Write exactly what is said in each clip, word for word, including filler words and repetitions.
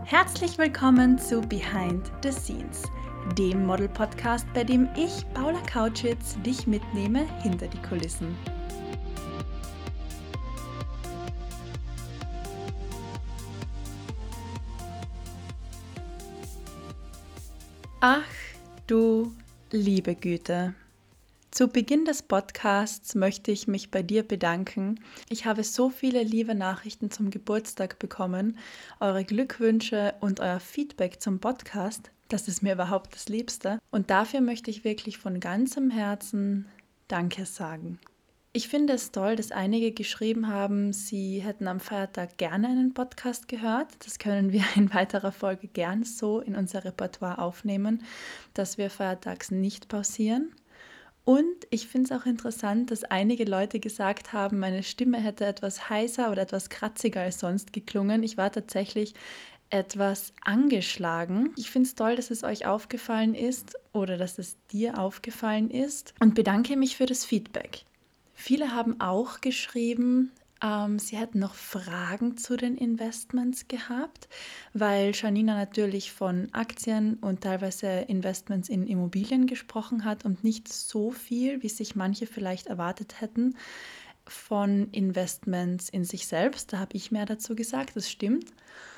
Herzlich willkommen zu Behind the Scenes, dem Model-Podcast, bei dem ich, Paula Kautschitz, dich mitnehme hinter die Kulissen. Ach du liebe Güte! Zu Beginn des Podcasts möchte ich mich bei dir bedanken. Ich habe so viele liebe Nachrichten zum Geburtstag bekommen, eure Glückwünsche und euer Feedback zum Podcast. Das ist mir überhaupt das Liebste. Und dafür möchte ich wirklich von ganzem Herzen Danke sagen. Ich finde es toll, dass einige geschrieben haben, sie hätten am Feiertag gerne einen Podcast gehört. Das können wir in weiterer Folge gern so in unser Repertoire aufnehmen, dass wir feiertags nicht pausieren. Und ich finde es auch interessant, dass einige Leute gesagt haben, meine Stimme hätte etwas heiser oder etwas kratziger als sonst geklungen. Ich war tatsächlich etwas angeschlagen. Ich finde es toll, dass es euch aufgefallen ist oder dass es dir aufgefallen ist und bedanke mich für das Feedback. Viele haben auch geschrieben, ähm, sie hätten noch Fragen zu den Investments gehabt, weil Janina natürlich von Aktien und teilweise Investments in Immobilien gesprochen hat und nicht so viel, wie sich manche vielleicht erwartet hätten, von Investments in sich selbst. Da habe ich mehr dazu gesagt, das stimmt.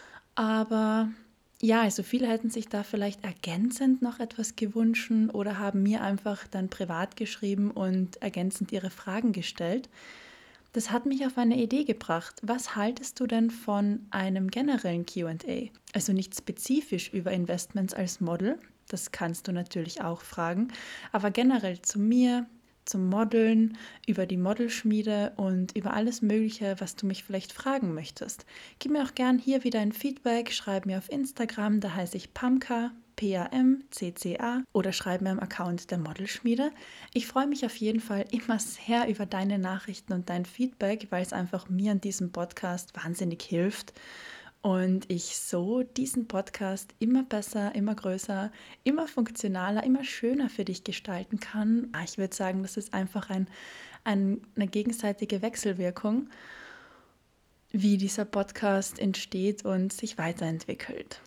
Aber ja, also viele hätten sich da vielleicht ergänzend noch etwas gewünscht oder haben mir einfach dann privat geschrieben und ergänzend ihre Fragen gestellt. Das hat mich auf eine Idee gebracht. Was haltest du denn von einem generellen Q und A? Also nicht spezifisch über Investments als Model, das kannst du natürlich auch fragen, aber generell zu mir, zum Modeln, über die Modelschmiede und über alles Mögliche, was du mich vielleicht fragen möchtest. Gib mir auch gern hier wieder ein Feedback, schreib mir auf Instagram, da heiße ich Pamka, P A M C C A, oder schreib mir am Account der Modelschmiede. Ich freue mich auf jeden Fall immer sehr über deine Nachrichten und dein Feedback, weil es einfach mir an diesem Podcast wahnsinnig hilft und ich so diesen Podcast immer besser, immer größer, immer funktionaler, immer schöner für dich gestalten kann. Ich würde sagen, das ist einfach ein, ein, eine gegenseitige Wechselwirkung, wie dieser Podcast entsteht und sich weiterentwickelt.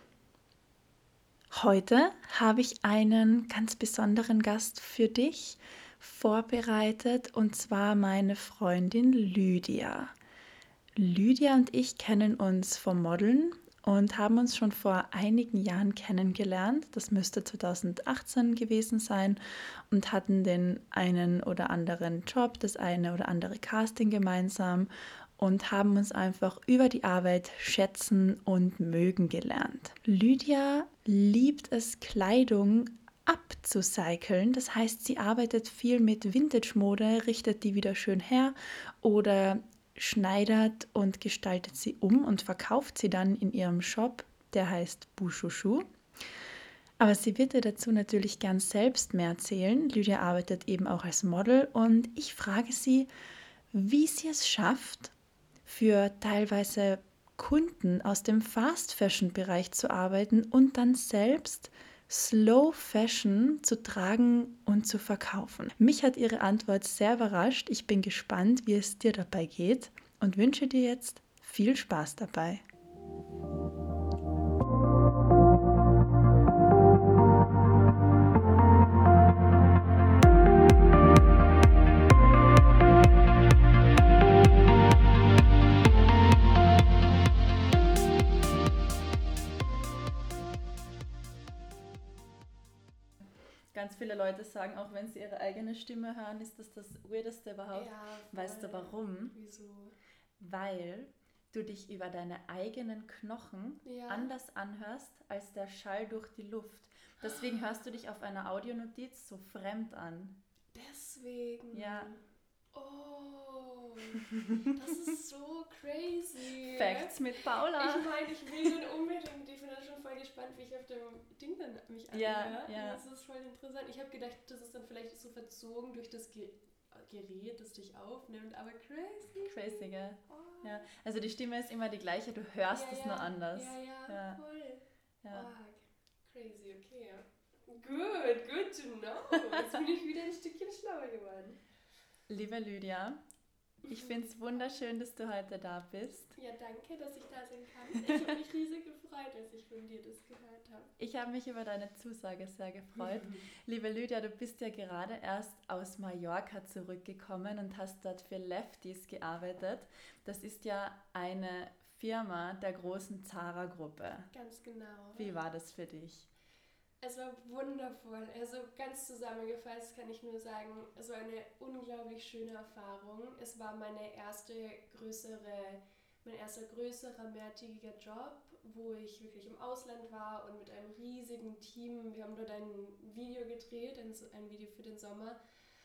Heute habe ich einen ganz besonderen Gast für dich vorbereitet, und zwar meine Freundin Lydia. Lydia und ich kennen uns vom Modeln und haben uns schon vor einigen Jahren kennengelernt. Das müsste zweitausendachtzehn gewesen sein, und hatten den einen oder anderen Job, das eine oder andere Casting gemeinsam und haben uns einfach über die Arbeit schätzen und mögen gelernt. Lydia liebt es, Kleidung upzucyclen. Das heißt, sie arbeitet viel mit Vintage-Mode, richtet die wieder schön her oder schneidert und gestaltet sie um und verkauft sie dann in ihrem Shop, der heißt Bouchouchou. Aber sie wird dir dazu natürlich gern selbst mehr erzählen. Lydia arbeitet eben auch als Model und ich frage sie, wie sie es schafft, für teilweise Kunden aus dem Fast-Fashion-Bereich zu arbeiten und dann selbst Slow Fashion zu tragen und zu verkaufen. Mich hat ihre Antwort sehr überrascht. Ich bin gespannt, wie es dir dabei geht und wünsche dir jetzt viel Spaß dabei. Ganz viele Leute sagen, auch wenn sie ihre eigene Stimme hören, ist das das Weirdeste überhaupt. Ja, weißt du warum? Wieso? Weil du dich über deine eigenen Knochen ja. anders anhörst als der Schall durch die Luft. Deswegen hörst du dich auf einer Audionotiz so fremd an. Deswegen? Ja. Oh, das ist so crazy. Facts mit Paula. Ich meine, ich will den unbedingt. Ich bin dann schon voll gespannt, wie ich auf dem Ding dann mich anhöre. Ja, ja. Das ist voll interessant. Ich habe gedacht, das ist dann vielleicht so verzogen durch das Ge- Gerät, das dich aufnimmt, aber crazy. Crazy, gell? Oh. Ja. Also die Stimme ist immer die gleiche, du hörst ja, es ja. nur anders. Ja, ja, ja. voll. Ja. Oh, crazy, okay. Good, good to know. Jetzt bin ich wieder ein Stückchen schlauer geworden. Liebe Lydia, Ich finde es wunderschön, dass du heute da bist. Ja, danke, dass ich da sein kann. Ich habe mich riesig gefreut, als ich von dir das gehört habe. Ich habe mich über deine Zusage sehr gefreut. Liebe Lydia, du bist ja gerade erst aus Mallorca zurückgekommen und hast dort für Lefties gearbeitet. Das ist ja eine Firma der großen Zara-Gruppe. Ganz genau. Wie war das für dich? Es war wundervoll. Also ganz zusammengefasst kann ich nur sagen, es war eine unglaublich schöne Erfahrung. Es war meine erste größere, mein erster größerer, mehrtägiger Job, wo ich wirklich im Ausland war und mit einem riesigen Team. Wir haben dort ein Video gedreht, ein, ein Video für den Sommer.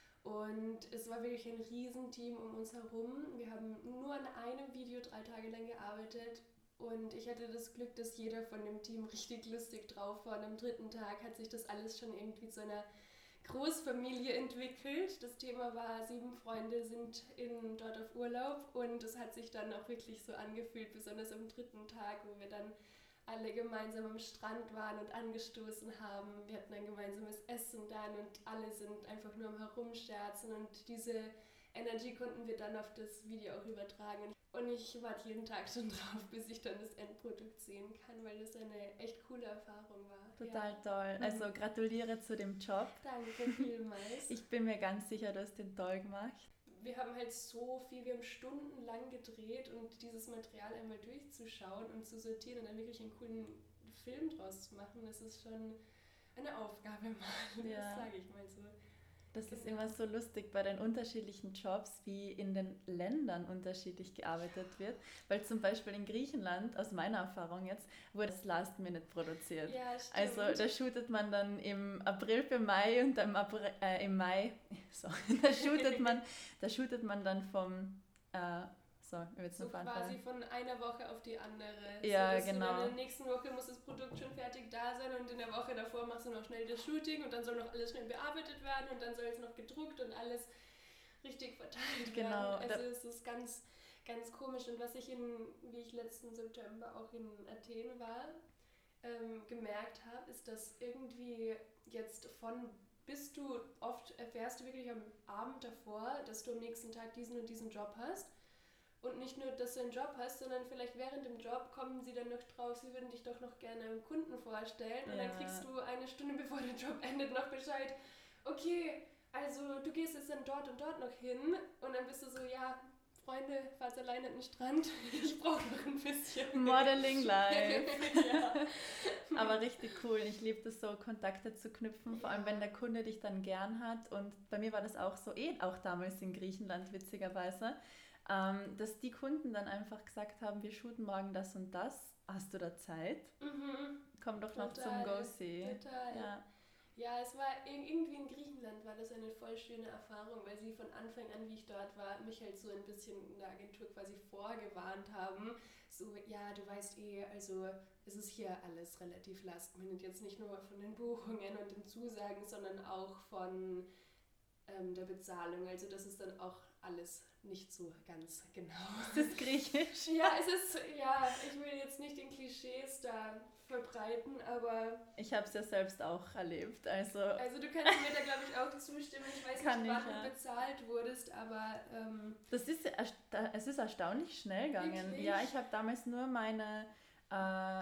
Und es war wirklich ein Riesenteam um uns herum. Wir haben nur an einem Video drei Tage lang gearbeitet. Und ich hatte das Glück, dass jeder von dem Team richtig lustig drauf war. Und am dritten Tag hat sich das alles schon irgendwie zu einer Großfamilie entwickelt. Das Thema war, sieben Freunde sind in, dort auf Urlaub. Und es hat sich dann auch wirklich so angefühlt, besonders am dritten Tag, wo wir dann alle gemeinsam am Strand waren und angestoßen haben. Wir hatten ein gemeinsames Essen dann und alle sind einfach nur am Herumscherzen. Und diese Energy konnten wir dann auf das Video auch übertragen. Und ich warte jeden Tag schon drauf, bis ich dann das Endprodukt sehen kann, weil das eine echt coole Erfahrung war. Total ja. toll. Also gratuliere zu dem Job. Danke vielmals. Ich bin mir ganz sicher, du hast den toll gemacht. Wir haben halt so viel, wir haben stundenlang gedreht und dieses Material einmal durchzuschauen und zu sortieren und dann wirklich einen coolen Film draus zu machen, das ist schon eine Aufgabe mal, ja. Das sage ich mal so. Das ist immer so lustig bei den unterschiedlichen Jobs, wie in den Ländern unterschiedlich gearbeitet wird. Weil zum Beispiel in Griechenland, aus meiner Erfahrung jetzt, wurde das Last Minute produziert. Ja, stimmt. Also da shootet man dann im April für Mai und im, April, äh, im Mai, so, da shootet man, da shootet man dann vom... Äh, So, jetzt so quasi von einer Woche auf die andere. Ja, so, genau. In der nächsten Woche muss das Produkt schon fertig da sein und in der Woche davor machst du noch schnell das Shooting und dann soll noch alles schnell bearbeitet werden und dann soll es noch gedruckt und alles richtig verteilt werden. Genau. Also es ist ganz, ganz komisch. Und was ich, in, wie ich letzten September auch in Athen war, ähm, gemerkt habe, ist, dass irgendwie jetzt von bis du oft erfährst du wirklich am Abend davor, dass du am nächsten Tag diesen und diesen Job hast. Und nicht nur, dass du einen Job hast, sondern vielleicht während dem Job kommen sie dann noch drauf, sie würden dich doch noch gerne einem Kunden vorstellen. Und ja. Dann kriegst du eine Stunde bevor der Job endet noch Bescheid. Okay, also du gehst jetzt dann dort und dort noch hin. Und dann bist du so, ja, Freunde, fahrt alleine an den Strand. Ich brauche noch ein bisschen. Modeling live. Ja. Aber richtig cool. Ich liebe das so, Kontakte zu knüpfen, vor allem wenn der Kunde dich dann gern hat. Und bei mir war das auch so, eh auch damals in Griechenland witzigerweise. Ähm, dass die Kunden dann einfach gesagt haben, wir shooten morgen das und das, hast du da Zeit? Mhm. Komm doch Total, noch zum Go-See. Total. Ja. ja, es war irgendwie in Griechenland war das eine voll schöne Erfahrung, weil sie von Anfang an, wie ich dort war, mich halt so ein bisschen in der Agentur quasi vorgewarnt haben. So, ja, du weißt eh, also es ist hier alles relativ last minute, jetzt nicht nur von den Buchungen und den Zusagen, sondern auch von ähm, der Bezahlung. Also das ist dann auch alles nicht so ganz genau. Das ist griechisch. Ja, es ist, ja, ich will jetzt nicht den Klischees da verbreiten, aber... Ich habe es ja selbst auch erlebt, also... Also du kannst mir da, glaube ich, auch zustimmen. Ich weiß Kann nicht, wann ich, ja. du bezahlt wurdest, aber... Ähm, das ist, es ist erstaunlich schnell gegangen. Wirklich? Ja, ich habe damals nur meine äh,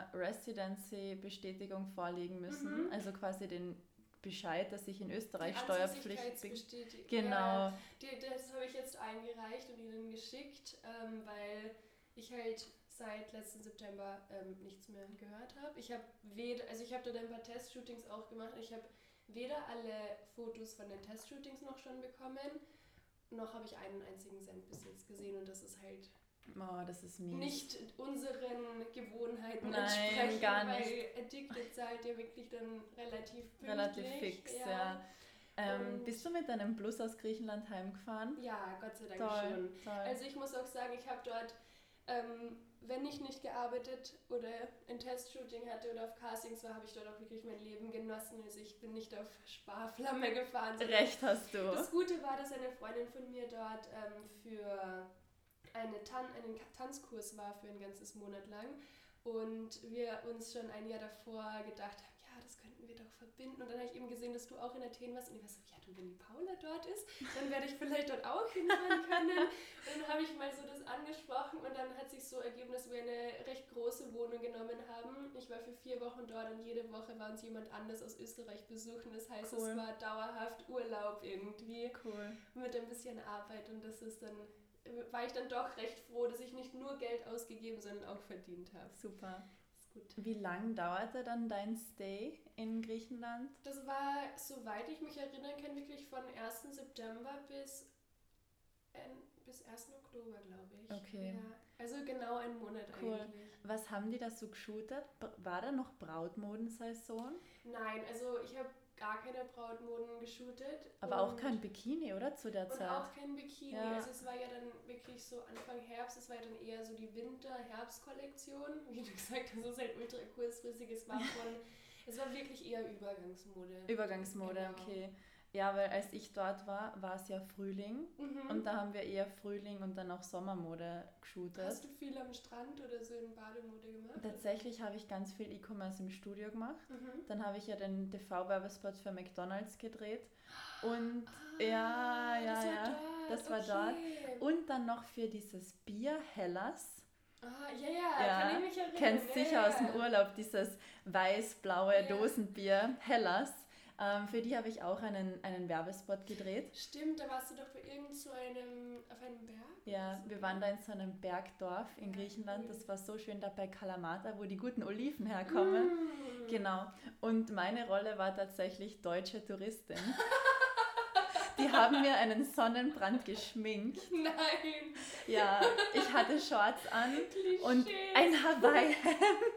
Residency-Bestätigung vorlegen müssen, mhm. also quasi den... Bescheid, dass ich in Österreich steuerpflichtig bin. Genau. Ja, die, das habe ich jetzt eingereicht und ihnen geschickt, ähm, weil ich halt seit letzten September ähm, nichts mehr gehört habe. Ich habe weder, also ich habe dort ein paar Testshootings auch gemacht. Ich habe weder alle Fotos von den Testshootings noch schon bekommen, noch habe ich einen einzigen Cent bis jetzt gesehen und das ist halt oh, das ist mies. Nicht unseren Gewohnheiten Nein, entsprechen, gar nicht. weil Addicted zahlt ja wirklich dann relativ pünktlich. Relativ fix, ja. ja. Ähm, bist du mit deinem Plus aus Griechenland heimgefahren? Ja, Gott sei Dank toll, schon. Toll. Also ich muss auch sagen, ich habe dort, ähm, wenn ich nicht gearbeitet oder ein Testshooting hatte oder auf Castings war, habe ich dort auch wirklich mein Leben genossen. Also ich bin nicht auf Sparflamme gefahren. Recht hast du. Das Gute war, dass eine Freundin von mir dort ähm, für... Eine Tan- einen Tanzkurs war für ein ganzes Monat lang und wir uns schon ein Jahr davor gedacht haben, ja, das könnten wir doch verbinden. Und dann habe ich eben gesehen, dass du auch in Athen warst und ich war so, ja, du, wenn die Paula dort ist, dann werde ich vielleicht dort auch hinfahren können. Und dann habe ich mal so das angesprochen und dann hat sich so ergeben, dass wir eine recht große Wohnung genommen haben. Ich war für vier Wochen dort und jede Woche war uns jemand anders aus Österreich besuchen. Das heißt, cool. Es war dauerhaft Urlaub irgendwie. Cool. Mit ein bisschen Arbeit und das ist dann, war ich dann doch recht froh, dass ich nicht nur Geld ausgegeben, sondern auch verdient habe. Super. Gut. Wie lang dauerte dann dein Stay in Griechenland? Das war, soweit ich mich erinnern kann, wirklich von ersten September bis, äh, bis ersten Oktober, glaube ich. Okay. Ja, also genau einen Monat cool. eigentlich. Was haben die da so geshootet? War da noch Brautmodensaison? Nein, also ich habe gar keine Brautmoden geshootet. Aber auch kein Bikini, oder? Zu der und Zeit? Und auch kein Bikini. Ja. Also es war ja dann wirklich so Anfang Herbst, es war ja dann eher so die Winter-Herbst-Kollektion. Wie du gesagt hast, es ist halt ultra kurzfristig. Es war von, es war wirklich eher Übergangsmode. Übergangsmode, genau. Okay. Ja, weil als ich dort war, war es ja Frühling mhm. und da haben wir eher Frühling und dann auch Sommermode geshootet. Hast du viel am Strand oder so in Bademode gemacht? Tatsächlich habe ich ganz viel E-Commerce im Studio gemacht. Mhm. Dann habe ich ja den T V-Werbespot für McDonald's gedreht. Und ah, ja, ja, das ja, war dort. das war okay. dort. Und dann noch für dieses Bier Hellas. Ah, ja, ja, ja, kann ich mich erinnern. Kennst ja, sicher ja. aus dem Urlaub, dieses weiß-blaue ja. Dosenbier Hellas. Ähm, für die habe ich auch einen, einen Werbespot gedreht. Stimmt, da warst du doch bei irgend so einem, auf einem Berg? Ja, so wir waren da in so einem Bergdorf in ja, Griechenland. cool. Das war so schön da bei Kalamata, wo die guten Oliven herkommen. Mm. Genau. Und meine Rolle war tatsächlich deutsche Touristin. Die haben mir einen Sonnenbrand geschminkt. Nein! Ja, ich hatte Shorts an Klischees. Und ein Hawaii-Hemd.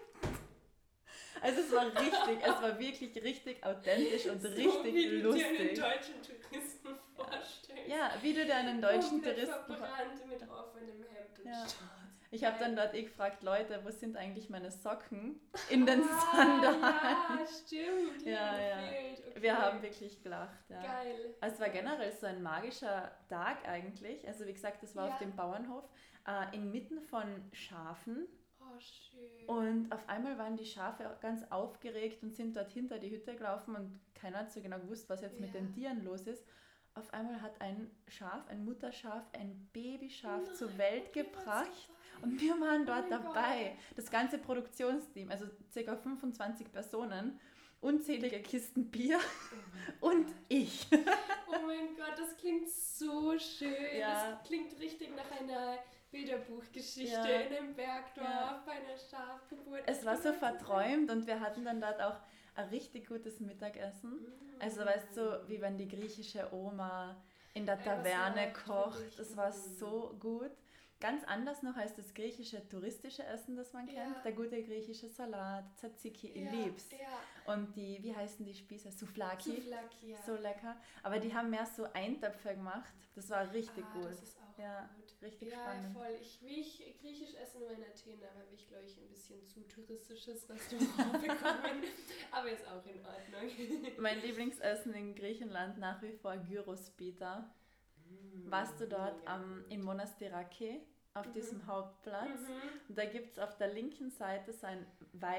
Also es war richtig, es war wirklich richtig authentisch und so, richtig wie du lustig. dir einen deutschen Touristen vorstellst. Ja, wie du dir einen deutschen Komplett Touristen verbrannt mit offenem Hemd und ja. Shorts. Ich habe dann dort eh gefragt, Leute, wo sind eigentlich meine Socken? In den ah, Sandalen. Ja, stimmt. Die ja, ja. Okay. Wir haben wirklich gelacht. Ja. Geil. Also es war generell so ein magischer Tag eigentlich. Also wie gesagt, das war ja. auf dem Bauernhof, äh, inmitten von Schafen. Oh, schön. Und auf einmal waren die Schafe auch ganz aufgeregt und sind dort hinter die Hütte gelaufen und keiner hat so genau gewusst, was jetzt ja. mit den Tieren los ist. Auf einmal hat ein Schaf, ein Mutterschaf, ein Babyschaf Nein, zur Welt gebracht und wir waren dort oh dabei. Gott. Das ganze Produktionsteam, also ca. fünfundzwanzig Personen, unzählige Kisten Bier oh und Gott. ich. Oh mein Gott, das klingt so schön. Ja. Das klingt richtig nach einer Bilderbuchgeschichte ja. in einem Bergdorf, ja. bei einer Schafgeburt. Es war so verträumt und wir hatten dann dort auch ein richtig gutes Mittagessen. Mm. Also weißt du, so, wie wenn die griechische Oma in der Taverne kocht. Das war so gut. Ganz anders noch als das griechische touristische Essen, das man kennt. Ja. Der gute griechische Salat, Tzatziki, ich ja. lieb's. Ja. Und die, wie heißen die Spieße? Souvlaki. Souvlaki, ja. So lecker. Aber die haben mehr so Eintöpfe gemacht. Das war richtig ah, gut. Das ist auch ja, gut. Richtig ja, spannend. Ja, voll. Ich, wie ich griechisch essen nur in Athen, da habe ich, glaube ich, ein bisschen zu touristisches Restaurant bekommen. Aber ist auch in Ordnung. Mein Lieblingsessen in Griechenland nach wie vor Gyros Pita. Mm, Warst du dort ja. am, in Monastirake? Auf mhm. diesem Hauptplatz. Mhm. Und da gibt es auf der linken Seite so ein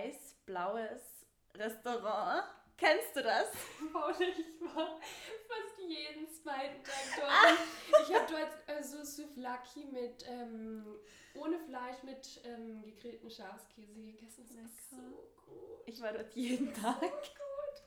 weiß-blaues Restaurant. Kennst du das? Paul, ich war fast jeden zweiten Tag dort. Ah. Ich habe dort äh, so Souvlaki mit, ähm, ohne Fleisch, mit ähm, gegrillten Schafskäse gegessen. Das war so gut. Ich war dort jeden Tag. So gut.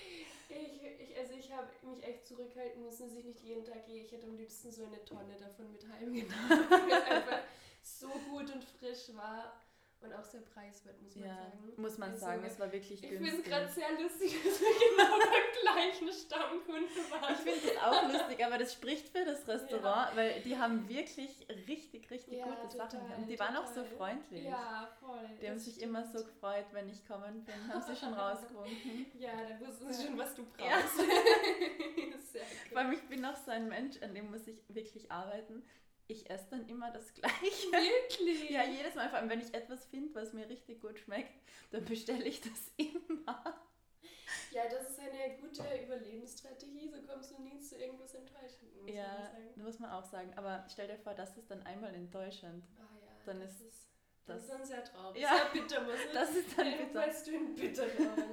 Ich, ich, also ich habe mich echt zurückhalten müssen, dass ich nicht jeden Tag gehe. Ich hätte am liebsten so eine Tonne davon mit heimgenommen, weil es einfach so gut und frisch war. Und auch sehr preiswert, muss man ja, sagen. muss man also, sagen, es war wirklich günstig. Ich finde es gerade sehr lustig, dass wir genau beim gleichen Stammkunden waren. Ich finde es auch lustig, aber das spricht für das Restaurant, ja. weil die haben wirklich richtig, richtig ja, gute total, Sachen. Und die total. waren auch so freundlich. Ja, voll. Die haben sich stimmt. immer so gefreut, wenn ich kommen bin. Haben sie schon rausgewunken. Ja, da wussten sie schon, was du brauchst. Ja. Sehr Vor allem, ich bin auch so ein Mensch, an dem muss ich wirklich arbeiten. Ich esse dann immer das Gleiche. Wirklich? Ja, jedes Mal, vor allem wenn ich etwas finde, was mir richtig gut schmeckt, dann bestelle ich das immer. Ja, das ist eine gute Überlebensstrategie, so kommst du nie zu irgendwas Enttäuschendem, muss ja, man sagen. Ja, muss man auch sagen. Aber stell dir vor, das ist dann einmal enttäuschend. Ah ja, dann das ist, ist, das ist dann sehr traurig, ja, sehr bitter, muss ich das ist dann bitter. Weißt du, ein bitter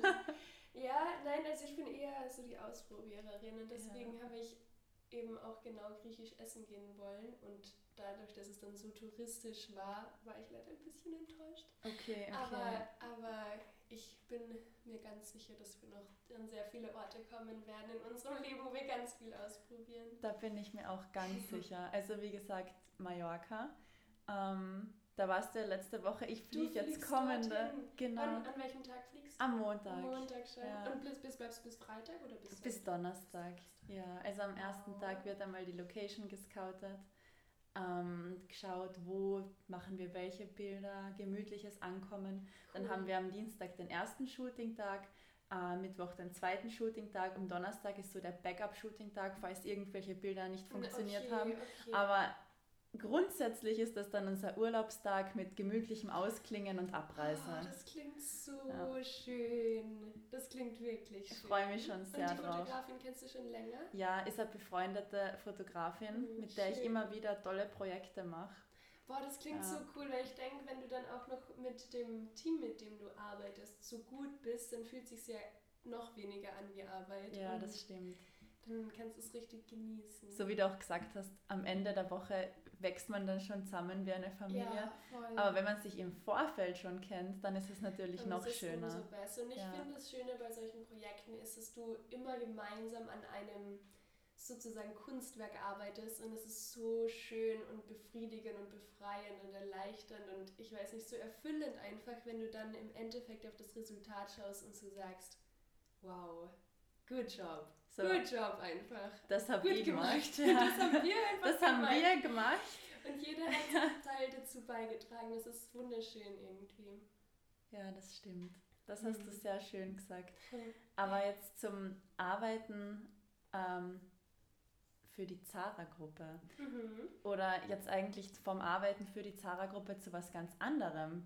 Ja, nein, also ich bin eher so die Ausprobiererin und deswegen ja. habe ich eben auch genau griechisch essen gehen wollen und dann dadurch, dass es dann so touristisch war, war ich leider ein bisschen enttäuscht. Okay, okay. Aber, aber ich bin mir ganz sicher, dass wir noch an sehr viele Orte kommen werden in unserem Leben, wo wir ganz viel ausprobieren. Da bin ich mir auch ganz sicher. Also wie gesagt, Mallorca. Ähm, da warst du ja letzte Woche. Ich fliege jetzt kommende. Dorthin. Genau. An, an welchem Tag fliegst du? Am Montag. Am Montag schon. Ja. Und bis, bis, bleibst du bis Freitag oder bis Bis Donnerstag. Ja, also am ersten Oh. Tag wird einmal die Location gescoutet. Ähm, geschaut, wo machen wir welche Bilder, gemütliches Ankommen. Dann Cool. haben wir am Dienstag den ersten Shooting-Tag, äh, Mittwoch den zweiten Shooting-Tag, am Donnerstag ist so der Backup-Shooting-Tag, falls irgendwelche Bilder nicht funktioniert okay, haben. Okay. Aber grundsätzlich ist das dann unser Urlaubstag mit gemütlichem Ausklingen und Abreise. Oh, das klingt so Ja. schön. Das klingt wirklich schön. Ich freue mich schon sehr Und die drauf. Fotografin kennst du schon länger? Ja, ist eine befreundete Fotografin, Mhm, mit der ich schön. immer wieder tolle Projekte mache. Boah, das klingt Ja. so cool, weil ich denke, wenn du dann auch noch mit dem Team, mit dem du arbeitest, so gut bist, dann fühlt es sich ja noch weniger an wie Arbeit. Ja, und das stimmt. dann kannst du es richtig genießen. So wie du auch gesagt hast, am Ende der Woche wächst man dann schon zusammen wie eine Familie. Ja, voll. Aber wenn man sich im Vorfeld schon kennt, dann ist es natürlich Dann noch ist es schöner. umso besser. Und ich Ja. finde, das Schöne bei solchen Projekten ist, dass du immer gemeinsam an einem sozusagen Kunstwerk arbeitest und es ist so schön und befriedigend und befreiend und erleichternd und ich weiß nicht, so erfüllend einfach, wenn du dann im Endeffekt auf das Resultat schaust und so sagst, wow, good job, So, good job einfach. das habe Gut ich gemacht. gemacht. Ja. Das haben wir einfach Das haben gemacht. wir gemacht. Und jeder hat seinen Teil dazu beigetragen. Das ist wunderschön irgendwie. Ja, das stimmt. Das hast du Mhm. sehr schön gesagt. Aber jetzt zum Arbeiten ähm, für die Zara-Gruppe. Mhm. Oder jetzt eigentlich vom Arbeiten für die Zara-Gruppe zu was ganz anderem.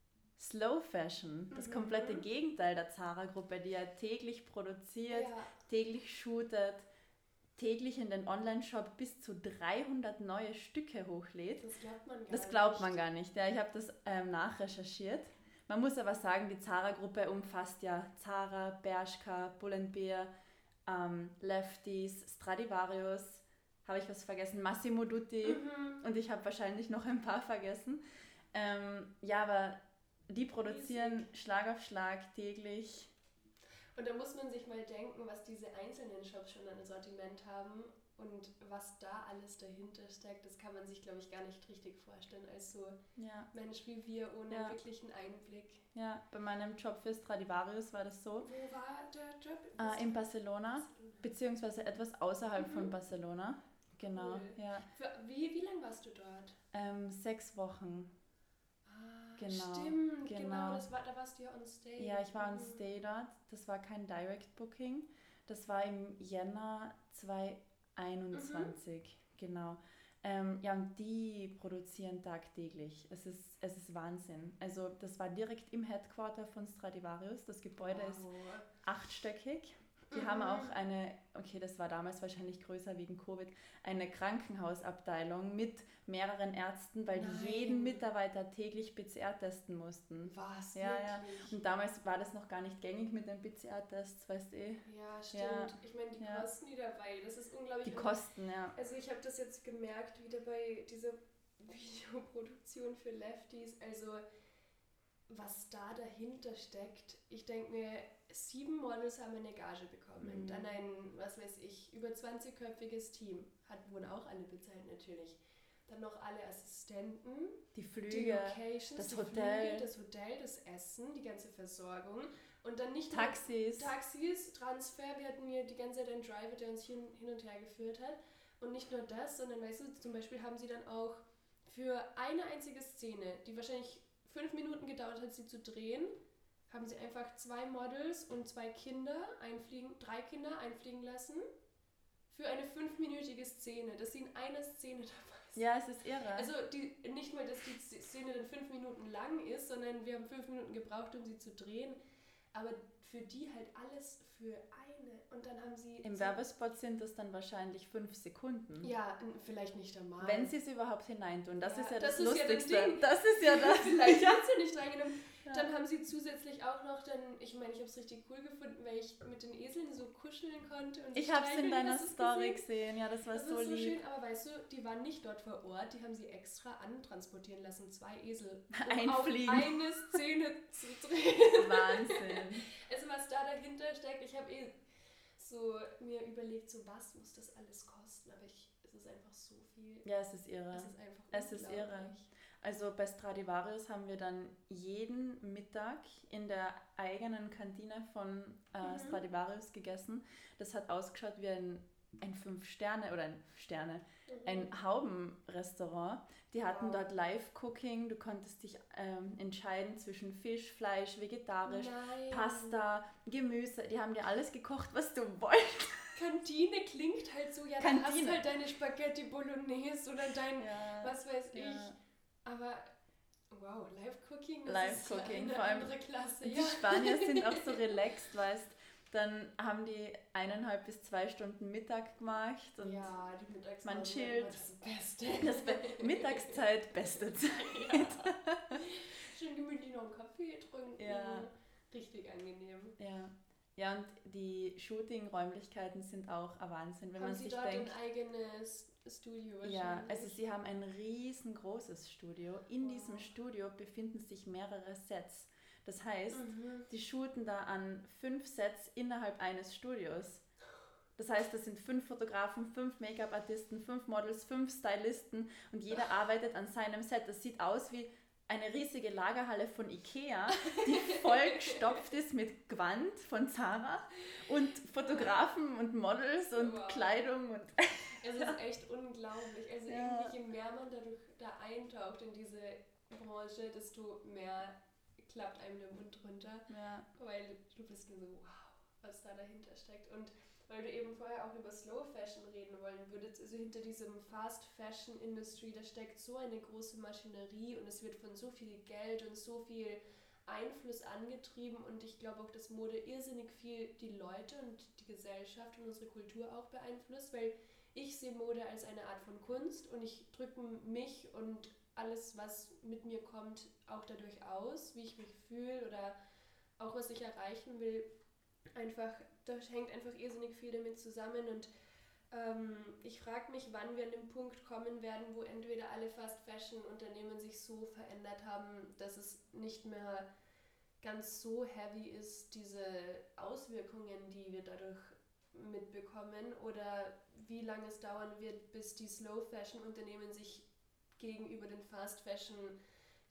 Slow Fashion, das Mhm. komplette Gegenteil der Zara-Gruppe, die ja täglich produziert, Ja. täglich shootet, täglich in den Online-Shop bis zu dreihundert neue Stücke hochlädt. Das glaubt man gar Das glaubt nicht. man gar nicht. Ja, ich habe das ähm, nachrecherchiert. Man muss aber sagen, die Zara-Gruppe umfasst ja Zara, Bershka, Pull&Bear, ähm, Lefties, Stradivarius, habe ich was vergessen, Massimo Dutti Mhm. und ich habe wahrscheinlich noch ein paar vergessen. Ähm, ja, aber die produzieren Schlag auf Schlag täglich. Und da muss man sich mal denken, was diese einzelnen Shops schon an Sortiment haben und was da alles dahinter steckt. Das kann man sich, glaube ich, gar nicht richtig vorstellen als so Ja, Mensch wie wir ohne Ja. wirklichen Einblick. ja, bei meinem Job für Stradivarius war das so. Wo war der Job? Äh, in Barcelona, beziehungsweise etwas außerhalb Mhm. von Barcelona. Genau, Cool. ja. Für, wie, wie lange warst du dort? Ähm, sechs Wochen. Ah, Genau, stimmt, genau, genau. das war, da warst du ja on stay. Ja, ich war on Mhm. Stay dort. Das war kein Direct Booking. Das war im Jänner zweitausendeinundzwanzig. Genau. Ähm, ja, und die produzieren tagtäglich. Es ist, es ist Wahnsinn. Also das war direkt im Headquarter von Stradivarius. Das Gebäude ist Wow. achtstöckig. Die Mhm. haben auch eine, okay, das war damals wahrscheinlich größer wegen Covid, eine Krankenhausabteilung mit mehreren Ärzten, weil Nein. die jeden Mitarbeiter täglich P C R testen mussten. Was? Ja, ja. Wirklich? Und damals war das noch gar nicht gängig mit den P C R-Tests, weißt du eh. Ja, stimmt. Ja. Ich meine, die Ja. Kosten, die dabei, das ist unglaublich. Die Kosten, ja. Also ich habe das jetzt gemerkt, wieder bei dieser Videoproduktion für Lefties, also was da dahinter steckt. Ich denke mir, sieben Models haben eine Gage bekommen, Mhm. dann ein, was weiß ich, über zwanzig-köpfiges Team, hat, wurden auch alle bezahlt natürlich. Dann noch alle Assistenten, Die die Flüge, Locations, das die Hotel. Flüge, das Hotel, das Essen, die ganze Versorgung und dann nicht nur Taxis. Taxis, Transfer, wir hatten hier die ganze Zeit einen Driver, der uns hin, hin und her geführt hat. Und nicht nur das, sondern weißt du, zum Beispiel haben sie dann auch für eine einzige Szene, die wahrscheinlich fünf Minuten gedauert hat, sie zu drehen, haben sie einfach zwei Models und zwei Kinder einfliegen, drei Kinder einfliegen lassen für eine fünfminütige Szene, dass sie in einer Szene dabei sind. Ja, es ist irre. Also die, nicht mal, dass die Szene dann fünf Minuten lang ist, sondern wir haben fünf Minuten gebraucht, um sie zu drehen. Aber für die halt alles für eine Szene. Und dann haben sie... Im so Werbespot sind das dann wahrscheinlich fünf Sekunden. Ja, vielleicht nicht einmal. Wenn sie es überhaupt hineintun. Das ja, ist ja das, das, das Lustigste. Ja das, das ist ja das. Vielleicht hat sie nicht reingenommen. Ja. Dann haben sie zusätzlich auch noch, dann, ich meine, ich habe es richtig cool gefunden, weil ich mit den Eseln so kuscheln konnte. Und ich habe es in deiner Story gesehen. gesehen. Ja, das war das so ist so lieb. schön, aber weißt du, die waren nicht dort vor Ort, die haben sie extra antransportieren lassen, zwei Esel, um Einfliegen. auf eine Szene zu drehen. Wahnsinn. Also was da dahinter steckt, ich habe eh so mir überlegt, so was muss das alles kosten, aber ich, es ist einfach so viel. Ja, es ist irre. Es ist einfach Es ist irre. Also bei Stradivarius haben wir dann jeden Mittag in der eigenen Kantine von äh, mhm. Stradivarius gegessen. Das hat ausgeschaut wie ein, ein Fünf-Sterne oder ein Sterne, mhm. ein Haubenrestaurant. Die hatten wow. dort Live-Cooking, du konntest dich ähm, entscheiden zwischen Fisch, Fleisch, vegetarisch, Nein. Pasta, Gemüse. Die haben dir alles gekocht, was du wolltest. Kantine klingt halt so, ja, Kantine. Da hast halt deine Spaghetti Bolognese oder dein, ja. was weiß ich. Ja. Aber, wow, Live-Cooking, das Live-Cooking, ist vor allem andere Klasse. Die ja. Spanier sind auch so relaxed, weißt. Dann haben die eineinhalb bis zwei Stunden Mittag gemacht und ja, die Mittagszeit man chillt. Das Beste. Das Be- Mittagszeit, beste Zeit. Ja. Schön gemütlich noch einen Kaffee trinken. Ja. Richtig angenehm. Ja. Ja, und die Shooting-Räumlichkeiten sind auch ein Wahnsinn, wenn haben man Sie sich dort denkt. ein eigenes Studio? Ja, also sie haben ein riesengroßes Studio. In wow. diesem Studio befinden sich mehrere Sets. Das heißt, mhm. die shooten da an fünf Sets innerhalb eines Studios. Das heißt, das sind fünf Fotografen, fünf Make-up-Artisten, fünf Models, fünf Stylisten und jeder arbeitet an seinem Set. Das sieht aus wie eine riesige Lagerhalle von Ikea, die vollgestopft ist mit Gewand von Zara und Fotografen und Models und wow. Kleidung. Und es ist echt unglaublich. Also ja. irgendwie, je mehr man dadurch da eintaucht in diese Branche, desto mehr klappt einem der Mund runter. Ja. Weil du bist nur so, wow, was da dahinter steckt. Und weil du eben vorher auch über Slow Fashion reden wollen würdest, also hinter diesem Fast Fashion Industry, da steckt so eine große Maschinerie und es wird von so viel Geld und so viel Einfluss angetrieben und ich glaube auch, dass Mode irrsinnig viel die Leute und die Gesellschaft und unsere Kultur auch beeinflusst, weil ich sehe Mode als eine Art von Kunst und ich drücke mich und alles, was mit mir kommt, auch dadurch aus, wie ich mich fühle oder auch was ich erreichen will, einfach, da hängt einfach irrsinnig viel damit zusammen und ähm, ich frage mich, wann wir an den Punkt kommen werden, wo entweder alle Fast-Fashion-Unternehmen sich so verändert haben, dass es nicht mehr ganz so heavy ist, diese Auswirkungen, die wir dadurch mitbekommen oder wie lange es dauern wird, bis die Slow-Fashion-Unternehmen sich gegenüber den Fast-Fashion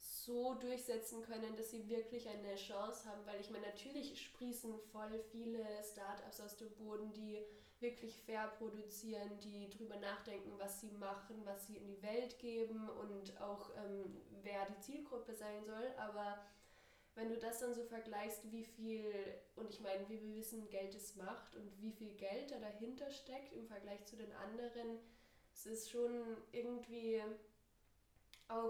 so durchsetzen können, dass sie wirklich eine Chance haben, weil ich meine, natürlich sprießen voll viele Startups aus dem Boden, die wirklich fair produzieren, die drüber nachdenken, was sie machen, was sie in die Welt geben und auch ähm, wer die Zielgruppe sein soll, aber wenn du das dann so vergleichst, wie viel, und ich meine, wie wir wissen, Geld ist Macht und wie viel Geld da dahinter steckt im Vergleich zu den anderen, es ist schon irgendwie auch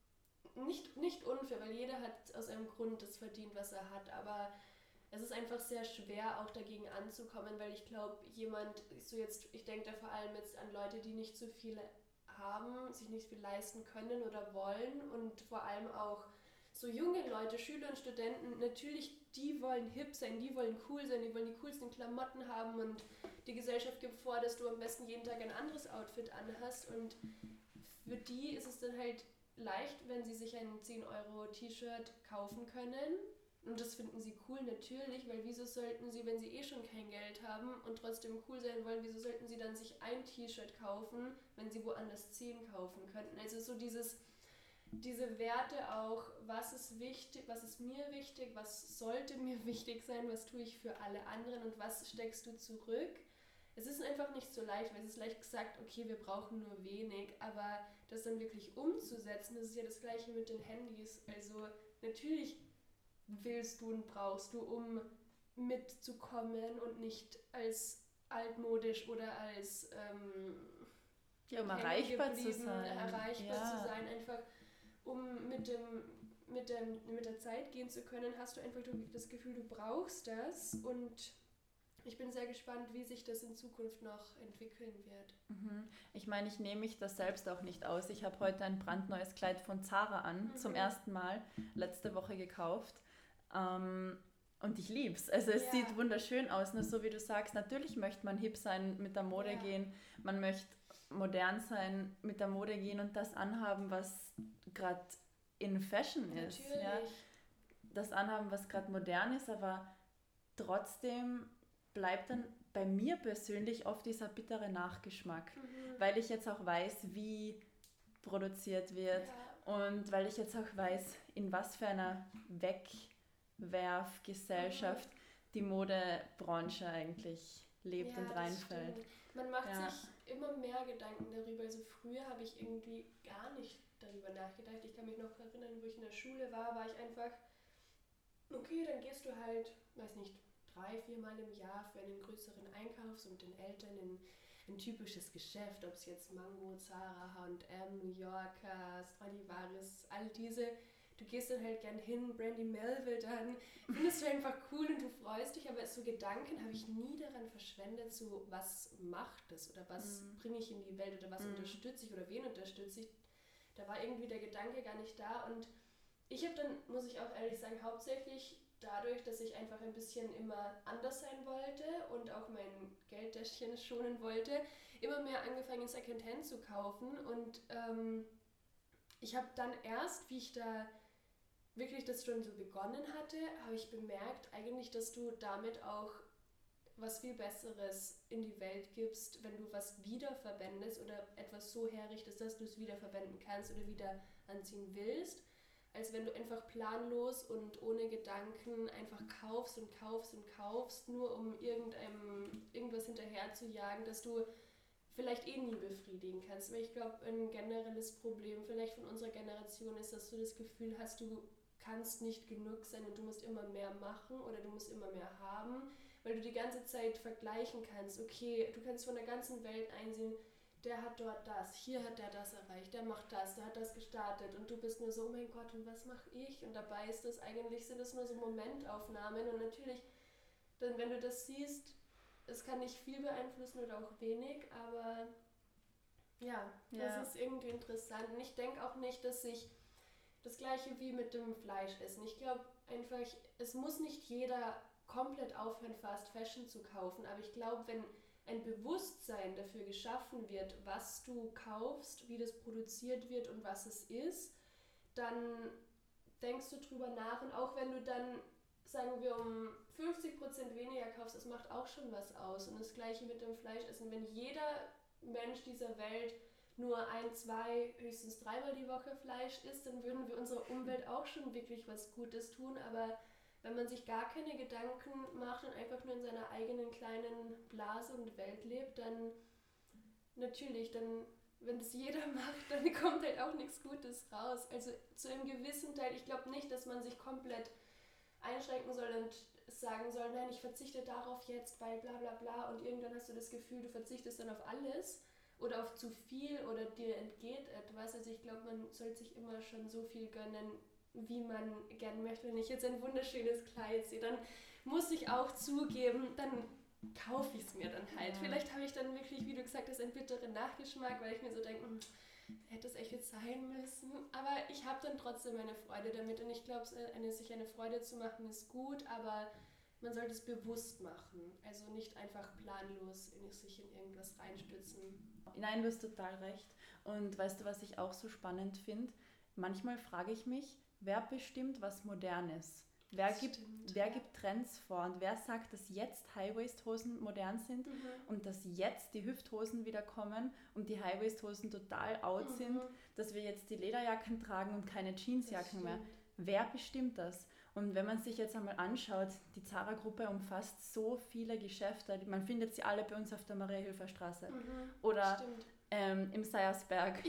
Nicht, nicht unfair, weil jeder hat aus einem Grund das verdient, was er hat, aber es ist einfach sehr schwer, auch dagegen anzukommen, weil ich glaube, jemand, so jetzt, ich denke da vor allem jetzt an Leute, die nicht so viel haben, sich nicht viel leisten können oder wollen und vor allem auch so junge Leute, Schüler und Studenten, natürlich, die wollen hip sein, die wollen cool sein, die wollen die coolsten Klamotten haben und die Gesellschaft gibt vor, dass du am besten jeden Tag ein anderes Outfit anhast und für die ist es dann halt leicht, wenn sie sich ein zehn Euro T-Shirt kaufen können und das finden sie cool natürlich, weil wieso sollten sie, wenn sie eh schon kein Geld haben und trotzdem cool sein wollen, wieso sollten sie dann sich ein T-Shirt kaufen, wenn sie woanders zehn kaufen könnten. Also so dieses, diese Werte auch, was ist wichtig, was ist mir wichtig, was sollte mir wichtig sein, was tue ich für alle anderen und was steckst du zurück. Es ist einfach nicht so leicht, weil es ist leicht gesagt, okay, wir brauchen nur wenig, aber das dann wirklich umzusetzen, das ist ja das Gleiche mit den Handys. Also natürlich willst du und brauchst du, um mitzukommen und nicht als altmodisch oder als ähm, ja, um erreichbar zu sein. Erreichbar ja. zu sein, einfach um mit dem mit dem mit der Zeit gehen zu können, hast du einfach das Gefühl, du brauchst das und ich bin sehr gespannt, wie sich das in Zukunft noch entwickeln wird. Mhm. Ich meine, ich nehme mich das selbst auch nicht aus. Ich habe heute ein brandneues Kleid von Zara an, mhm. zum ersten Mal, letzte Woche gekauft. Ähm, und ich liebe es. Also es ja. sieht wunderschön aus, nur so wie du sagst, natürlich möchte man hip sein, mit der Mode ja. gehen, man möchte modern sein, mit der Mode gehen und das anhaben, was gerade in Fashion ist. Natürlich. Ja? Das anhaben, was gerade modern ist, aber trotzdem bleibt dann bei mir persönlich oft dieser bittere Nachgeschmack, mhm. weil ich jetzt auch weiß, wie produziert wird ja. und weil ich jetzt auch weiß, in was für einer Wegwerfgesellschaft mhm. die Modebranche eigentlich lebt ja, und reinfällt. Stimmt. Man macht ja. sich immer mehr Gedanken darüber. Also früher habe ich irgendwie gar nicht darüber nachgedacht. Ich kann mich noch erinnern, wo ich in der Schule war, war ich einfach, okay, dann gehst du halt, weiß nicht, drei, viermal im Jahr für einen größeren Einkauf so mit den Eltern in ein typisches Geschäft, ob es jetzt Mango, Zara, H und M, New Yorker, Stradivarius, all diese. Du gehst dann halt gern hin, Brandy Melville, dann findest du einfach cool und du freust dich, aber so Gedanken habe ich nie daran verschwendet, so was macht das oder was mm. bringe ich in die Welt oder was mm. unterstütze ich oder wen unterstütze ich. Da war irgendwie der Gedanke gar nicht da und ich habe dann, muss ich auch ehrlich sagen, hauptsächlich dadurch, dass ich einfach ein bisschen immer anders sein wollte und auch mein Geldtäschchen schonen wollte, immer mehr angefangen Secondhand zu kaufen und ähm, ich habe dann erst, wie ich da wirklich das schon so begonnen hatte, habe ich bemerkt eigentlich, dass du damit auch was viel Besseres in die Welt gibst, wenn du was wiederverwendest oder etwas so herrichtest, dass du es wiederverwenden kannst oder wieder anziehen willst, als wenn du einfach planlos und ohne Gedanken einfach kaufst und kaufst und kaufst, nur um irgendeinem, irgendwas hinterher zu jagen, dass du vielleicht eh nie befriedigen kannst. Weil ich glaube, ein generelles Problem vielleicht von unserer Generation ist, dass du das Gefühl hast, du kannst nicht genug sein und du musst immer mehr machen oder du musst immer mehr haben, weil du die ganze Zeit vergleichen kannst. Okay, du kannst von der ganzen Welt einsehen, der hat dort das, hier hat der das erreicht, der macht das, der hat das gestartet und du bist nur so, oh mein Gott, und was mache ich? Und dabei ist das eigentlich, sind das nur so Momentaufnahmen und natürlich, dann wenn du das siehst, es kann nicht viel beeinflussen oder auch wenig, aber ja, ja. das ist irgendwie interessant und ich denke auch nicht, dass ich das gleiche wie mit dem Fleischessen. Ich glaube einfach, es muss nicht jeder komplett aufhören, Fast Fashion zu kaufen, aber ich glaube, wenn ein Bewusstsein dafür geschaffen wird, was du kaufst, wie das produziert wird und was es ist, dann denkst du drüber nach und auch wenn du dann, sagen wir, um fünfzig Prozent weniger kaufst, das macht auch schon was aus. Und das gleiche mit dem Fleischessen. Wenn jeder Mensch dieser Welt nur ein, zwei, höchstens dreimal die Woche Fleisch isst, dann würden wir unserer Umwelt auch schon wirklich was Gutes tun, aber wenn man sich gar keine Gedanken macht und einfach nur in seiner eigenen kleinen Blase und Welt lebt, dann natürlich, dann, wenn das jeder macht, dann kommt halt auch nichts Gutes raus. Also zu einem gewissen Teil, ich glaube nicht, dass man sich komplett einschränken soll und sagen soll, nein, ich verzichte darauf jetzt, weil bla bla bla und irgendwann hast du das Gefühl, du verzichtest dann auf alles oder auf zu viel oder dir entgeht etwas. Also ich glaube, man sollte sich immer schon so viel gönnen, wie man gern möchte. Wenn ich jetzt ein wunderschönes Kleid sehe, dann muss ich auch zugeben, dann kaufe ich es mir dann halt. Ja. Vielleicht habe ich dann wirklich, wie du gesagt hast, einen bitteren Nachgeschmack, weil ich mir so denke, hätte es echt jetzt sein müssen. Aber ich habe dann trotzdem meine Freude damit und ich glaube, eine, sich eine Freude zu machen ist gut, aber man sollte es bewusst machen. Also nicht einfach planlos in sich in irgendwas reinstützen. Nein, du hast total recht. Und weißt du, was ich auch so spannend finde? Manchmal frage ich mich, wer bestimmt, was modern ist? Wer, gibt, stimmt, wer ja. gibt Trends vor und wer sagt, dass jetzt High-Waist-Hosen modern sind mhm. und dass jetzt die Hüfthosen wieder kommen und die High-Waist-Hosen total out mhm. sind, dass wir jetzt die Lederjacken tragen und keine Jeansjacken mehr. Wer bestimmt das? Und wenn man sich jetzt einmal anschaut, die Zara-Gruppe umfasst so viele Geschäfte, man findet sie alle bei uns auf der Maria-Hilfer-Straße mhm. oder ähm, im Seiersberg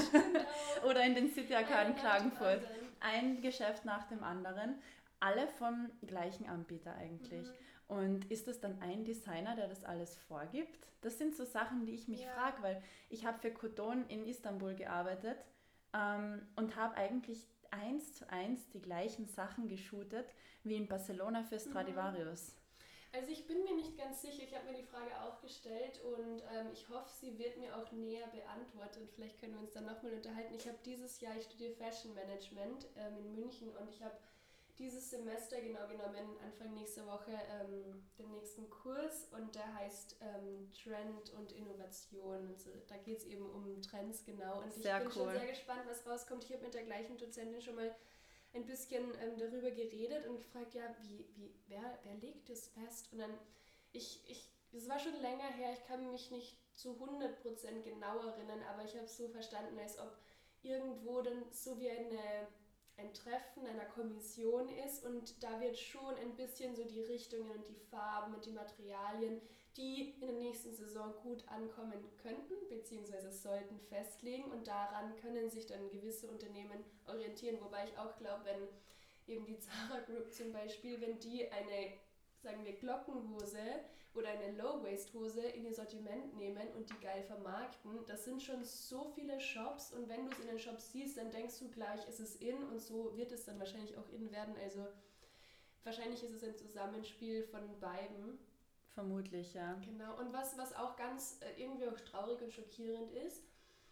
ja, oder in den City-Arkaden Klagenfurt. Ein Geschäft nach dem anderen. Alle vom gleichen Anbieter eigentlich. Mhm. Und ist das dann ein Designer, der das alles vorgibt? Das sind so Sachen, die ich mich ja. frage, weil ich habe für Koton in Istanbul gearbeitet ähm, und habe eigentlich eins zu eins die gleichen Sachen geshootet wie in Barcelona für Stradivarius. Also ich bin mir nicht ganz sicher, ich habe mir die Frage auch gestellt und ähm, ich hoffe, sie wird mir auch näher beantwortet. Vielleicht können wir uns dann nochmal unterhalten. Ich habe dieses Jahr, ich studiere Fashion Management ähm, in München und ich habe dieses Semester genau genommen, Anfang nächster Woche, ähm, den nächsten Kurs und der heißt ähm, Trend und Innovation. Also da geht es eben um Trends genau und Sehr ich bin cool. schon sehr gespannt, was rauskommt. Ich habe mit der gleichen Dozentin schon mal ein bisschen ähm, darüber geredet und gefragt, ja, wie, wie, wer, wer legt das fest? Und dann, ich, ich, es war schon länger her, ich kann mich nicht zu hundert Prozent genau erinnern, aber ich habe es so verstanden, als ob irgendwo dann so wie eine, ein Treffen einer Kommission ist und da wird schon ein bisschen so die Richtungen und die Farben und die Materialien, die in der nächsten Saison gut ankommen könnten, beziehungsweise sollten festlegen und daran können sich dann gewisse Unternehmen orientieren, wobei ich auch glaube, wenn eben die Zara Group zum Beispiel, wenn die eine, sagen wir, Glockenhose oder eine Low-Waist-Hose in ihr Sortiment nehmen und die geil vermarkten, das sind schon so viele Shops und wenn du es in den Shops siehst, dann denkst du gleich, es ist in und so wird es dann wahrscheinlich auch in werden, also wahrscheinlich ist es ein Zusammenspiel von beiden. Vermutlich, ja. Genau, und was, was auch ganz äh, irgendwie auch traurig und schockierend ist,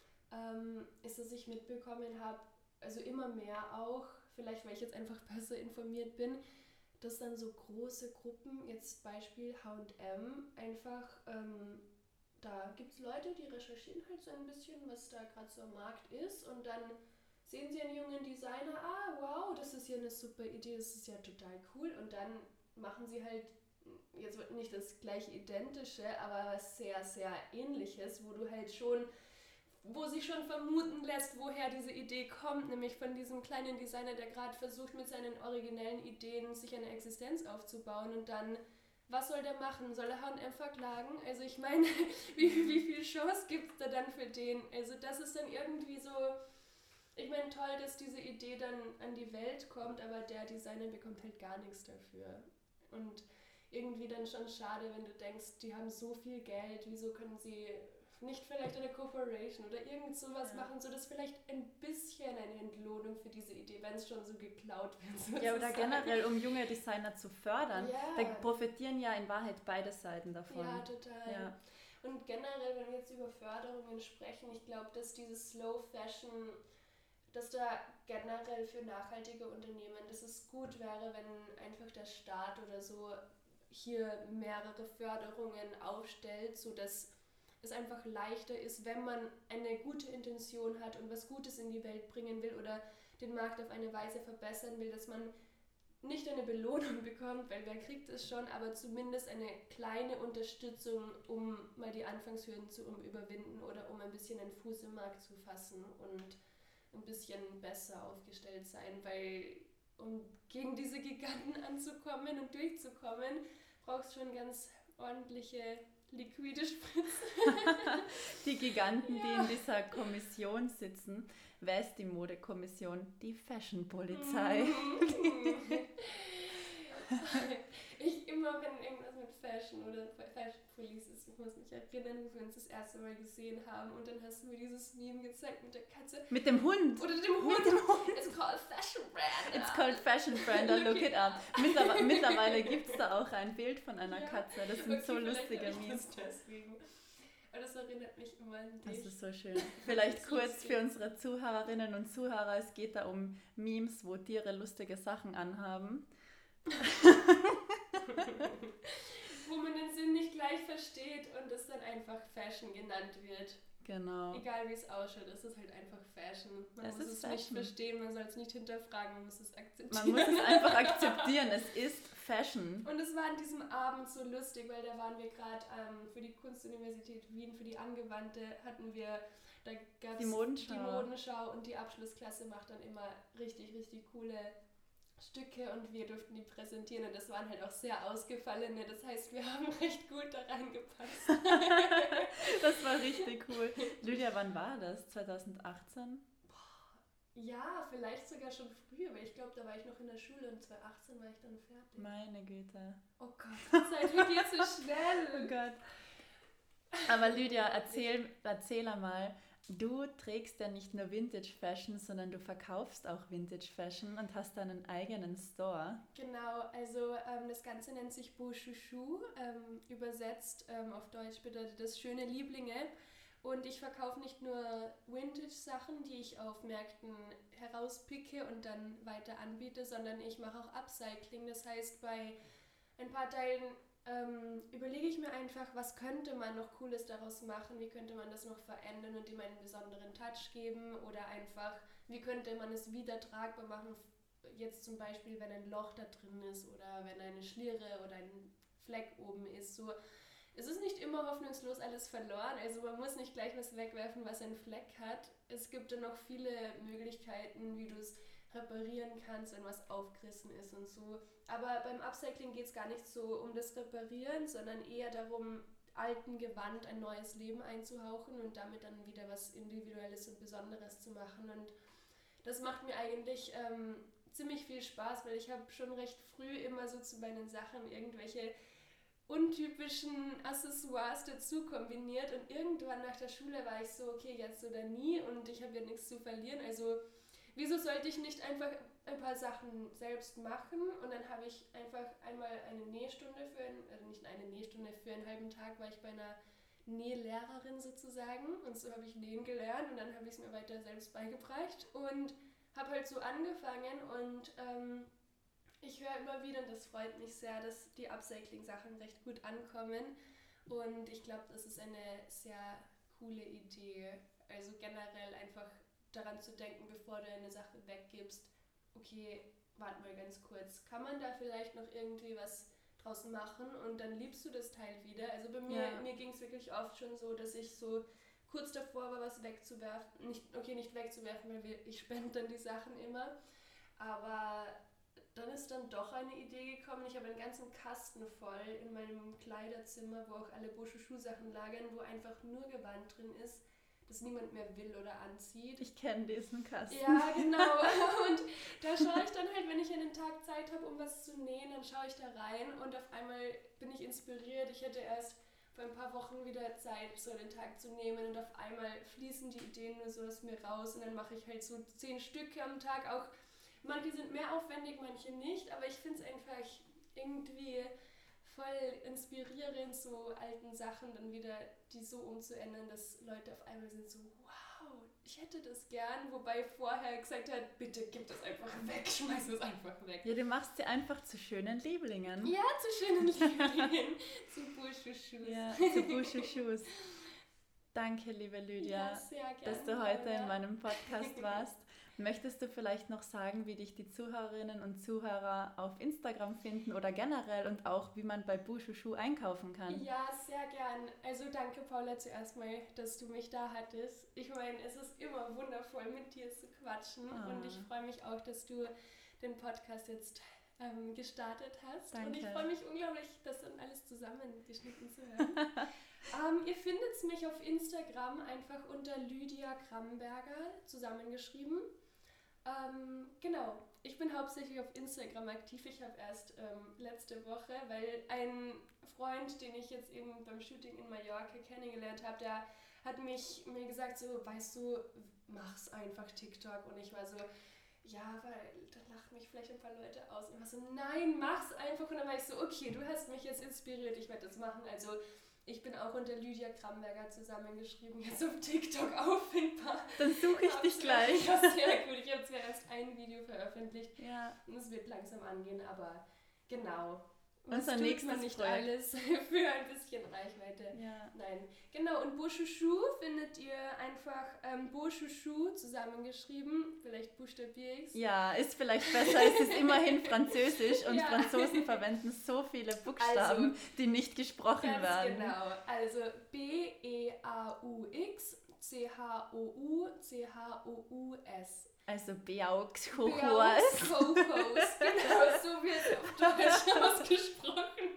ähm, ist, dass ich mitbekommen habe, also immer mehr auch, vielleicht weil ich jetzt einfach besser informiert bin, dass dann so große Gruppen, jetzt Beispiel H und M, einfach, ähm, da gibt es Leute, die recherchieren halt so ein bisschen, was da gerade so am Markt ist und dann sehen sie einen jungen Designer, ah wow, das ist ja eine super Idee, das ist ja total cool und dann machen sie halt jetzt nicht das gleiche Identische, aber was sehr, sehr Ähnliches, wo du halt schon, wo sich schon vermuten lässt, woher diese Idee kommt, nämlich von diesem kleinen Designer, der gerade versucht, mit seinen originellen Ideen sich eine Existenz aufzubauen und dann, was soll der machen? Soll er H und M verklagen? Also ich meine, wie, wie viel Chance gibt es da dann für den? Also das ist dann irgendwie so, ich meine, toll, dass diese Idee dann an die Welt kommt, aber der Designer bekommt halt gar nichts dafür. Und irgendwie dann schon schade, wenn du denkst, die haben so viel Geld, wieso können sie nicht vielleicht eine Corporation oder irgend sowas ja. machen, sodass vielleicht ein bisschen eine Entlohnung für diese Idee, wenn es schon so geklaut wird. Sozusagen. Ja, oder generell, um junge Designer zu fördern. Ja. Da profitieren ja in Wahrheit beide Seiten davon. Ja, total. Ja. Und generell, wenn wir jetzt über Förderungen sprechen, ich glaube, dass dieses Slow Fashion, dass da generell für nachhaltige Unternehmen, dass es gut wäre, wenn einfach der Staat oder so hier mehrere Förderungen aufstellt, sodass es einfach leichter ist, wenn man eine gute Intention hat und was Gutes in die Welt bringen will oder den Markt auf eine Weise verbessern will, dass man nicht eine Belohnung bekommt, weil wer kriegt es schon, aber zumindest eine kleine Unterstützung, um mal die Anfangshürden zu um überwinden oder um ein bisschen einen Fuß im Markt zu fassen und ein bisschen besser aufgestellt sein, weil um gegen diese Giganten anzukommen und durchzukommen, brauchst du schon ganz ordentliche liquide Spritzen. Die Giganten, ja. die in dieser Kommission sitzen. Wer ist die Modekommission? Die Fashion-Polizei. Ich immer, wenn irgendwas mit Fashion oder Fashion Police ist, ich muss mich erinnern, wie wir uns das erste Mal gesehen haben und dann hast du mir dieses Meme gezeigt mit der Katze. Mit dem Hund. Oder dem Hund. Mit dem Hund. It's called Fashion Brand. It's called Fashion Brand, look it up. Mittlerweile, mittlerweile gibt es da auch ein Bild von einer ja. Katze. Das sind okay, so lustige Memes. Aber das erinnert mich immer an dich. Das ist so schön. Vielleicht kurz für unsere Zuhörerinnen und Zuhörer, es geht da um Memes, wo Tiere lustige Sachen anhaben. Wo man den Sinn nicht gleich versteht und es dann einfach Fashion genannt wird. Genau. Egal wie es ausschaut, es ist halt einfach Fashion. Man es muss ist es Fashion. nicht verstehen, man soll es nicht hinterfragen, man muss es akzeptieren. Man muss es einfach akzeptieren, es ist Fashion. Und es war an diesem Abend so lustig, weil da waren wir gerade ähm, für die Kunstuniversität Wien, für die Angewandte hatten wir, da gab es die Modenschau. die Modenschau und die Abschlussklasse macht dann immer richtig, richtig coole Stücke und wir durften die präsentieren und das waren halt auch sehr ausgefallene, das heißt, wir haben recht gut da reingepasst. Das war richtig cool. Lydia, wann war das? zwanzig achtzehn? Ja, vielleicht sogar schon früher, weil ich glaube, da war ich noch in der Schule und zwanzig achtzehn war ich dann fertig. Meine Güte. Oh Gott, die Zeit vergeht so schnell. Oh Gott. Aber Lydia, erzähl, erzähl einmal, Du trägst ja nicht nur Vintage Fashion, sondern du verkaufst auch Vintage Fashion und hast dann einen eigenen Store. Genau, also ähm, das Ganze nennt sich Beau Chouchou, ähm, übersetzt ähm, auf Deutsch bedeutet das schöne Lieblinge. Und ich verkaufe nicht nur Vintage-Sachen, die ich auf Märkten herauspicke und dann weiter anbiete, sondern ich mache auch Upcycling. Das heißt, bei ein paar Teilen ähm, überlege ich mir einfach, was könnte man noch Cooles daraus machen, wie könnte man das noch verändern und ihm einen besonderen Touch geben oder einfach, wie könnte man es wieder tragbar machen, jetzt zum Beispiel, wenn ein Loch da drin ist oder wenn eine Schliere oder ein Fleck oben ist, so. Es ist nicht immer hoffnungslos alles verloren, also man muss nicht gleich was wegwerfen, was einen Fleck hat. Es gibt dann noch viele Möglichkeiten, wie du es reparieren kannst, wenn was aufgerissen ist und so. Aber beim Upcycling geht es gar nicht so um das Reparieren, sondern eher darum, alten Gewand ein neues Leben einzuhauchen und damit dann wieder was Individuelles und Besonderes zu machen. Und das macht mir eigentlich ähm, ziemlich viel Spaß, weil ich habe schon recht früh immer so zu meinen Sachen irgendwelche untypischen Accessoires dazu kombiniert und irgendwann nach der Schule war ich so, okay, jetzt oder nie und ich habe ja nichts zu verlieren, also wieso sollte ich nicht einfach ein paar Sachen selbst machen und dann habe ich einfach einmal eine Nähstunde für, ein, also nicht eine Nähstunde, für einen halben Tag war ich bei einer Nählehrerin sozusagen und so habe ich nähen gelernt und dann habe ich es mir weiter selbst beigebracht und habe halt so angefangen und ähm, ich höre immer wieder, und das freut mich sehr, dass die Upcycling-Sachen recht gut ankommen und ich glaube, das ist eine sehr coole Idee, also generell einfach daran zu denken, bevor du eine Sache weggibst, okay, warte mal ganz kurz, kann man da vielleicht noch irgendwie was draus machen und dann liebst du das Teil wieder. Also bei mir, Ja. mir ging es wirklich oft schon so, dass ich so kurz davor war, was wegzuwerfen, nicht, okay, nicht wegzuwerfen, weil wir, ich spende dann die Sachen immer, aber dann ist dann doch eine Idee gekommen, ich habe einen ganzen Kasten voll in meinem Kleiderzimmer, wo auch alle Beau Chouchou Sachen lagern, wo einfach nur Gewand drin ist, das niemand mehr will oder anzieht. Ich kenne diesen Kasten. Ja, genau. Und da schaue ich dann halt, wenn ich einen Tag Zeit habe, um was zu nähen, dann schaue ich da rein und auf einmal bin ich inspiriert. Ich hätte erst vor ein paar Wochen wieder Zeit, so einen Tag zu nehmen und auf einmal fließen die Ideen nur so aus mir raus und dann mache ich halt so zehn Stücke am Tag. Auch manche sind mehr aufwendig, manche nicht, aber ich finde es einfach irgendwie voll inspirierend, so alten Sachen dann wieder die so umzuändern, dass Leute auf einmal sind so, wow, ich hätte das gern, wobei vorher gesagt hat, bitte gib das einfach weg, schmeiß es einfach weg. Ja, du machst sie einfach zu schönen Lieblingen. Ja, zu schönen Lieblingen, zu Beau Chouchous. Ja, zu Beau Chouchous. Danke, liebe Lydia, Ja, sehr gerne, dass du heute Paula. in meinem Podcast warst. Möchtest du vielleicht noch sagen, wie dich die Zuhörerinnen und Zuhörer auf Instagram finden oder generell und auch, wie man bei Beau Chouchou einkaufen kann? Ja, sehr gern. Also danke, Paula, zuerst mal, dass du mich da hattest. Ich meine, es ist immer wundervoll, mit dir zu quatschen Ah. und ich freue mich auch, dass du den Podcast jetzt ähm, gestartet hast. Danke. Und ich freue mich unglaublich, das dann alles zusammengeschnitten zu hören. ähm, ihr findet mich auf Instagram einfach unter Lydia Kramberger zusammengeschrieben. Ähm, genau, ich bin hauptsächlich auf Instagram aktiv. Ich habe erst ähm, letzte Woche, weil ein Freund, den ich jetzt eben beim Shooting in Mallorca kennengelernt habe, der hat mich mir gesagt, so, weißt du, mach's einfach TikTok. Und ich war so, ja, weil da lachen mich vielleicht ein paar Leute aus. Und ich war so, nein, mach's einfach. Und dann war ich so, okay, du hast mich jetzt inspiriert, ich werde das machen. Also ich bin auch unter Lydia Kramberger zusammengeschrieben, jetzt auf TikTok auffindbar. Dann suche ich dich gleich. Ja, sehr gut. Ich habe zwar erst ein Video veröffentlicht Ja. und es wird langsam angehen, aber genau. Unser tut nächstes man nicht Projekt. alles für ein bisschen Reichweite. Ja. Nein. Genau, und Beau Chouchou findet ihr einfach ähm, Beau Chouchou zusammengeschrieben. Vielleicht buchstabiere ich es. Ja, ist vielleicht besser, es ist immerhin Französisch und Ja. Franzosen verwenden so viele Buchstaben, Also, die nicht gesprochen Ganz werden. genau. Also B E A U X C H O U C H O U S. Also Beaux Beaux Kokos. Kokos. Genau, so wird es auf Deutsch ausgesprochen.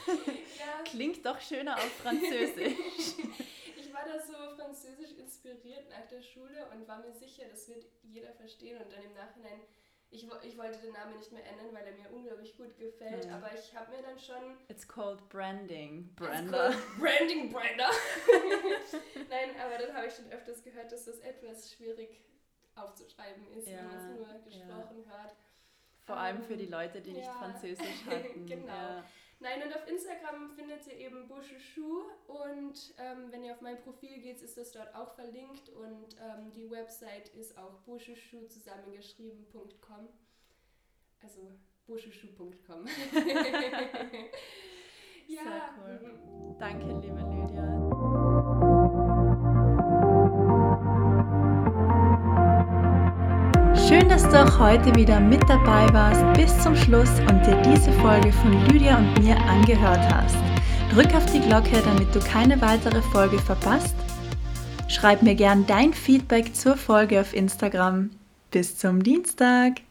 Ja. Klingt doch schöner auf Französisch. Ich war da so französisch inspiriert nach der Schule und war mir sicher, das wird jeder verstehen. Und dann im Nachhinein Ich, ich wollte den Namen nicht mehr ändern, weil er mir unglaublich gut gefällt, mhm. aber ich habe mir dann schon... It's called Branding, Brenda. It's called Branding, Brenda. Nein, aber dann habe ich schon öfters gehört, dass das etwas schwierig aufzuschreiben ist, ja, wenn man es nur gesprochen ja. hört. Vor um, allem für die Leute, die ja. nicht Französisch hatten. Genau. Ja. Nein, und auf Instagram findet ihr eben Bouchouchou und ähm, wenn ihr auf mein Profil geht, ist das dort auch verlinkt und ähm, die Website ist auch bouchouchou zusammengeschrieben punkt com. Also bouchouchou punkt com. Ja. Sehr cool. Danke, liebe Lydia. Schön, dass du auch heute wieder mit dabei warst bis zum Schluss und dir diese Folge von Lydia und mir angehört hast. Drück auf die Glocke, damit du keine weitere Folge verpasst. Schreib mir gern dein Feedback zur Folge auf Instagram. Bis zum Dienstag!